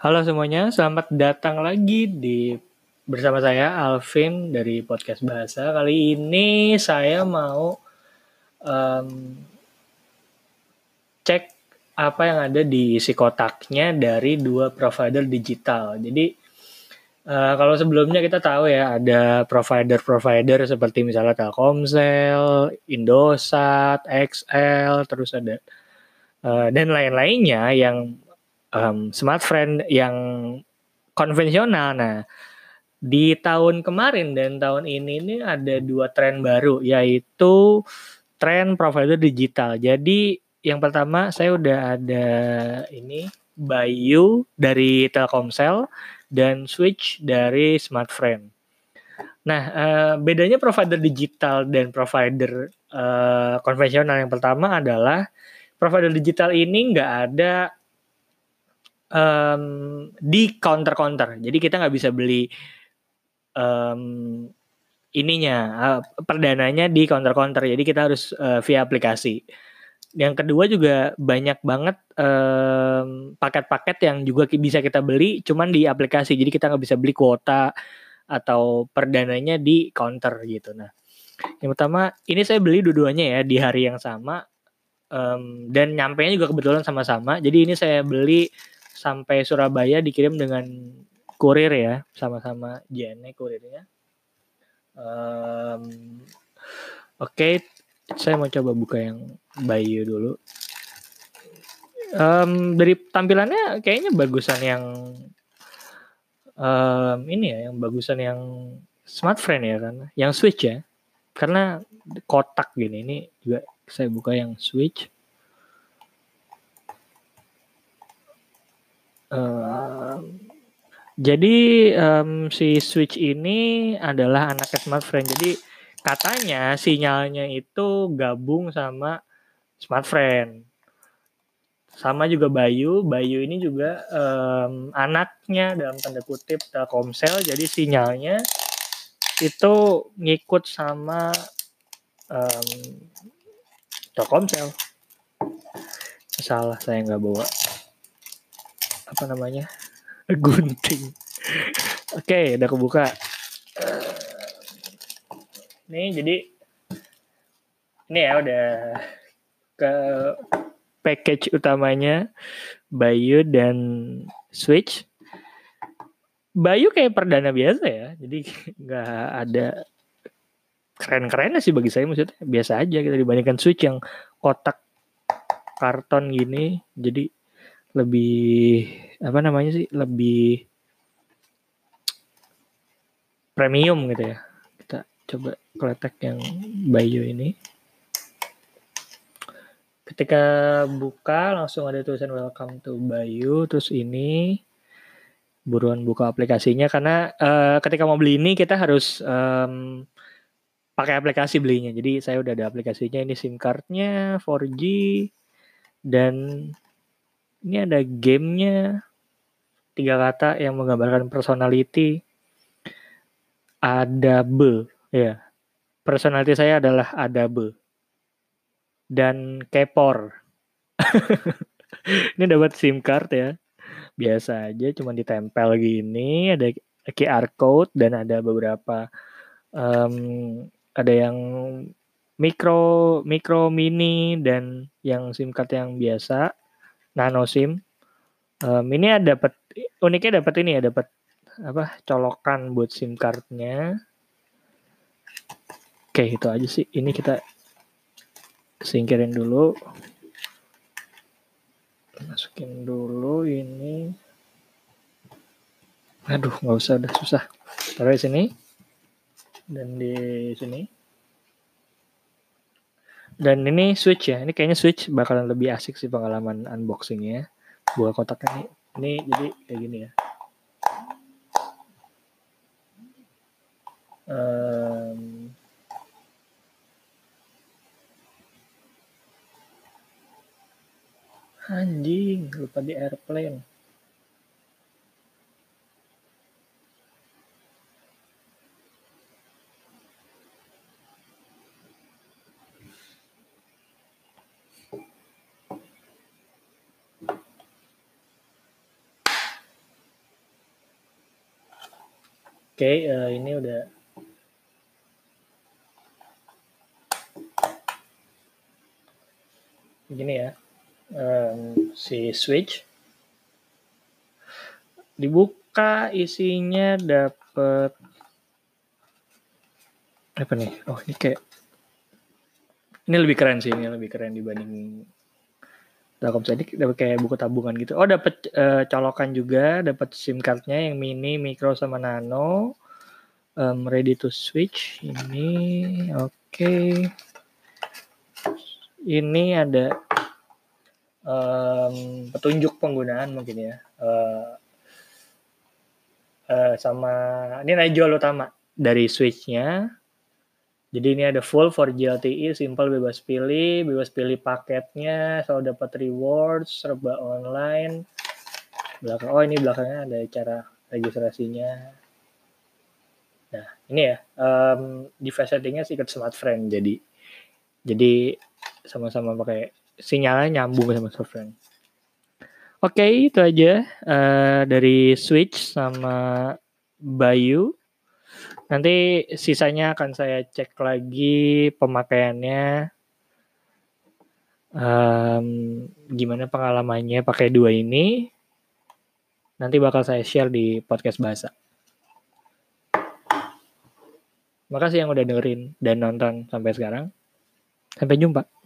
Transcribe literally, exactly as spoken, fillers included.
Halo semuanya, selamat datang lagi di bersama saya Alvin dari Podcast Bahasa. Kali ini saya mau em, cek apa yang ada di isi kotaknya dari dua provider digital. Jadi eh, kalau sebelumnya kita tahu ya ada provider-provider seperti misalnya Telkomsel, Indosat, X L, terus ada eh, dan lain-lainnya yang em, Smartfren yang konvensional. Nah, di tahun kemarin dan tahun ini ini ada dua tren baru, yaitu tren provider digital. Jadi yang pertama saya udah ada ini Bayu dari Telkomsel dan Switch dari Smartfren. Nah, eh, bedanya provider digital dan provider eh, konvensional yang pertama adalah provider digital ini nggak ada em, di counter-counter. Jadi kita nggak bisa beli em, ininya uh, perdananya di counter-counter. Jadi kita harus uh, via aplikasi. Yang kedua juga banyak banget um, paket-paket yang juga bisa kita beli cuman di aplikasi. Jadi kita nggak bisa beli kuota atau perdananya di counter gitu. Nah, yang pertama ini saya beli dua-duanya ya di hari yang sama um, dan nyampenya juga kebetulan sama-sama. Jadi ini saya beli sampai Surabaya dikirim dengan kurir ya, sama-sama J N E kurirnya. Um, Oke, okay, saya mau coba buka yang Bayu dulu. Um, dari tampilannya kayaknya bagusan yang um, ini ya, yang bagusan yang Smartfren ya kan, yang Switch ya, karena kotak gini. Ini juga saya buka yang Switch. Um, jadi um, si Switch ini adalah anaknya Smartfren. Jadi katanya sinyalnya itu gabung sama Smartfren. Sama juga Bayu. Bayu ini juga um, anaknya dalam tanda kutip Telkomsel. Jadi sinyalnya itu ngikut sama um, Telkomsel. Salah, saya nggak bawa apa namanya gunting. Oke, udah kebuka. Nih jadi ini ya udah ke package utamanya Bayu dan Switch. Bayu kayak perdana biasa ya, jadi nggak ada keren-keren sih bagi saya, maksudnya biasa aja kita dibandingkan Switch yang kotak karton gini, jadi lebih apa namanya sih, lebih premium gitu ya. Kita coba kletek yang Bayu ini. Ketika buka langsung ada tulisan welcome to Bayu, terus ini buruan buka aplikasinya karena uh, ketika mau beli ini kita harus um, pakai aplikasi belinya. Jadi saya udah ada aplikasinya, ini SIM cardnya four G dan ini ada gamenya, tiga kata yang menggambarkan personality. Adabe, ya. Personality saya adalah Adabe dan Kepor. Ini dapat SIM card ya. Biasa aja cuma ditempel gini, ada Q R code dan ada beberapa um, ada yang micro micro mini dan yang SIM card yang biasa nano SIM. Um, ini ada dapat uniknya, dapat ini ya, dapat apa colokan buat SIM cardnya. Oke, itu aja sih. Ini kita singkirin dulu. Masukin dulu ini. Aduh, nggak usah, udah susah. Taruh di sini dan di sini. Dan ini Switch ya. Ini kayaknya Switch bakalan lebih asik sih pengalaman unboxingnya. Buka kotaknya nih. Ini jadi kayak gini ya. Um, anjing, lupa di airplane. Oke, uh, ini udah begini ya. Um, si switch dibuka, isinya dapat apa nih? Oh, ini kayak ini lebih keren sih, ini lebih keren dibanding Telkom. Jadi dapat kayak buku tabungan gitu. Oh, dapat uh, colokan juga, dapat SIM cardnya yang mini, micro sama nano. Um, ready to switch. Ini oke. Okay. Ini ada um, petunjuk penggunaan mungkin ya. Uh, uh, sama ini najol utama dari switch-nya. Jadi ini ada full four G L T E, simple, bebas pilih, bebas pilih paketnya, selalu dapat rewards, serba online. Belakang, oh ini belakangnya ada cara registrasinya. Nah ini ya, um, device settingnya Secret Smart Friend, jadi jadi sama-sama pakai sinyalnya nyambung sama Smart Friend. Oke, okay, itu aja uh, dari Switch sama Bayu. Nanti sisanya akan saya cek lagi pemakaiannya, um, gimana pengalamannya pakai dua ini. Nanti bakal saya share di podcast bahasa. Makasih yang udah dengerin dan nonton sampai sekarang. Sampai jumpa.